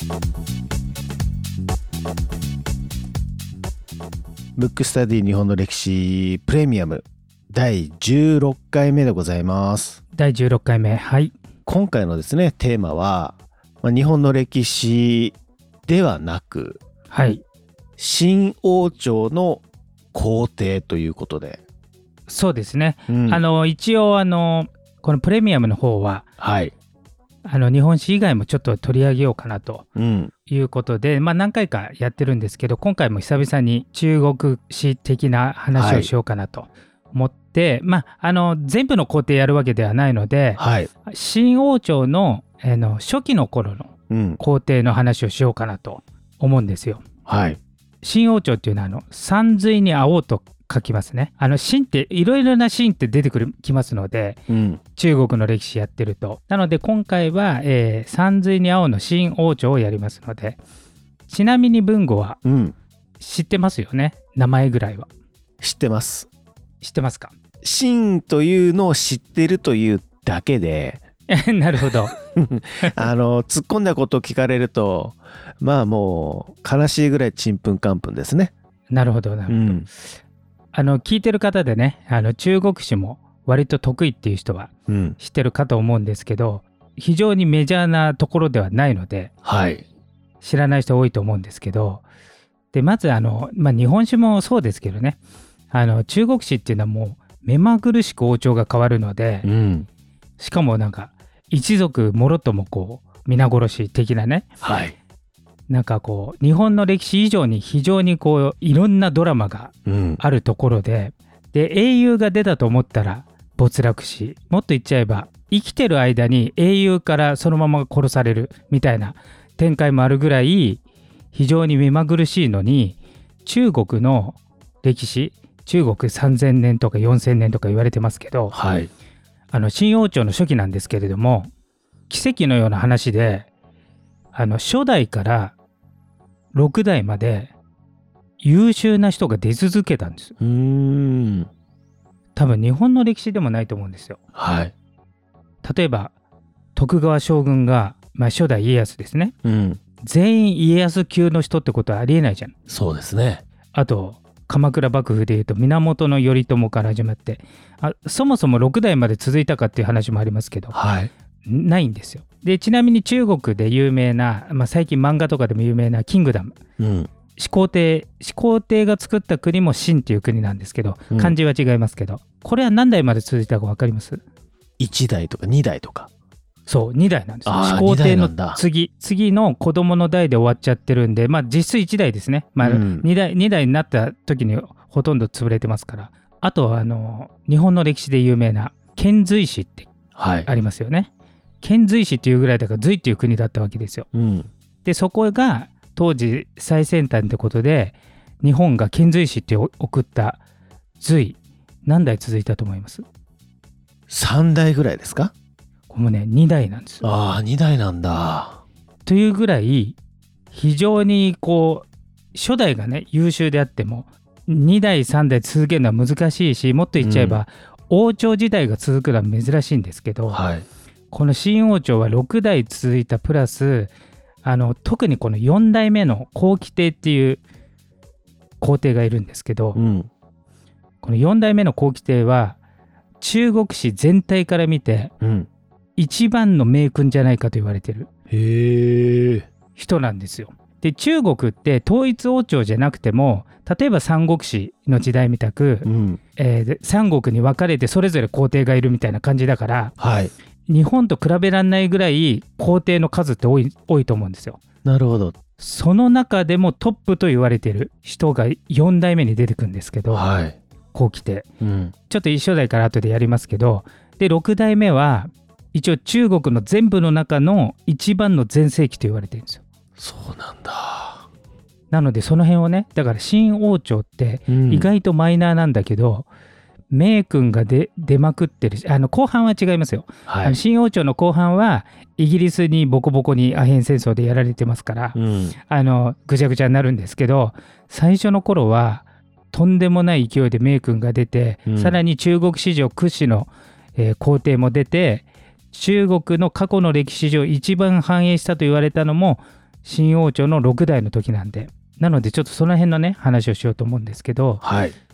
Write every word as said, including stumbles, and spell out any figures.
ブックスタディ日本の歴史プレミアムだいじゅうろっかいめでございます。 だいじゅうろっかいめ、はい。 今回のですねテーマは、まあ、日本の歴史ではなく、 はい、 新王朝の皇帝ということで。 そうですね、 うん、 あの一応あのこのプレミアムの方は、 はい、 あの日本史以外もちょっと取り上げようかなということで、うん、まあ何回かやってるんですけど、今回も久々に中国史的な話をしようかなと思って、はい、まああの全部の皇帝やるわけではないので、はい、新王朝の、えー、の初期の頃の皇帝の話をしようかなと思うんですよ。 はい、 新王朝っていうのはあの山水に青と書きますね。あの秦っていろいろな秦って出てくるきますので、うん、中国の歴史やってると。なので今回は、えー、山水に青の新王朝をやりますので、ちなみに文吾は知ってますよね、うん、名前ぐらいは。 知ってます。 知ってますか？ 秦というのを知ってるというだけでなるほどあの突っ込んだことを聞かれると、まあもう悲しいぐらいちんぷんかんぷんですね。 なるほどなるほど、うん、あの聞いてる方でね、あの中国史も割と得意っていう人は知ってるかと思うんですけど、うん、非常にメジャーなところではないので、はい、知らない人多いと思うんですけど、でまずあの、まあ、日本史もそうですけどね、あの中国史っていうのはもう目まぐるしく王朝が変わるので、うん、しかもなんか一族もろともこう皆殺し的なね、はい、なんかこう日本の歴史以上に非常にこういろんなドラマがあるところで、うん、で英雄が出たと思ったら没落し、もっと言っちゃえば生きてる間に英雄からそのまま殺されるみたいな展開もあるぐらい非常に目まぐるしいのに、中国の歴史、中国さんぜんねんとかよんせんねんとか言われてますけど、はい、あの新王朝の初期なんですけれども、奇跡のような話で、あの初代からろくだいまで優秀な人が出続けたんです。うーん、多分日本の歴史でもないと思うんですよ。はい、例えば徳川将軍が、まあ、初代家康ですね、うん、全員家康級の人ってことはありえないじゃん。 そうですね。 あと鎌倉幕府でいうと源頼朝から始まって、あそもそもろくだいまで続いたかっていう話もありますけど、はい、ないんですよ。でちなみに中国で有名な、まあ、最近漫画とかでも有名なキングダム、うん、始皇帝始皇帝が作った国も秦っていう国なんですけど、うん、漢字は違いますけど、これは何代まで続いたか分かります？ いちだいとかにだいとか。 そうにだいなんですよ。始皇帝の次次の子供の代で終わっちゃってるんで、まあ実質いちだいですね、まあ、うん、にだいにだいになった時にほとんど潰れてますから。あとはあの日本の歴史で有名な遣隋使ってありますよね、はい、遣隋使っていうぐらいだから隋っていう国だったわけですよ、うん、でそこが当時最先端ってことで日本が遣隋使って送った隋何代続いたと思います？ さんだいぐらいですか？ これもねにだいなんですよ。 ああにだいなんだ。 というぐらい非常にこう初代がね優秀であってもにだいさんだい続けるのは難しいし、もっと言っちゃえば、うん、王朝時代が続くのは珍しいんですけど、はい、この新王朝はろくだい続いたプラス、あの特にこのよんだいめの皇輝帝っていう皇帝がいるんですけど、うん、このよんだいめの皇輝帝は中国史全体から見て、うん、一番の名君じゃないかと言われてる人なんですよ。で中国って統一王朝じゃなくても、例えば三国志の時代みたく、うんえー、三国に分かれてそれぞれ皇帝がいるみたいな感じだから、はい、日本と比べられないぐらい皇帝の数って多い、多いと思うんですよ。 なるほど。 その中でもトップと言われている人がよんだいめに出てくるんですけど、はい、皇輝帝、うん、ちょっと初代から後でやりますけど、でろくだいめは一応中国の全部の中の一番の全盛期と言われてるんですよ。 そうなんだ。 なのでその辺をね、だから新王朝って意外とマイナーなんだけど、うん、名君が 出, 出まくってるし、あの後半は違いますよ、はい、あの新王朝の後半はイギリスにボコボコにアヘン戦争でやられてますから、うん、あのぐちゃぐちゃになるんですけど、最初の頃はとんでもない勢いで名君が出て、うん、さらに中国史上屈指の、えー、皇帝も出て、中国の過去の歴史上一番繁栄したと言われたのも新王朝のろくだいの時なんで、なのでちょっとその辺のね話をしようと思うんですけど、 はい、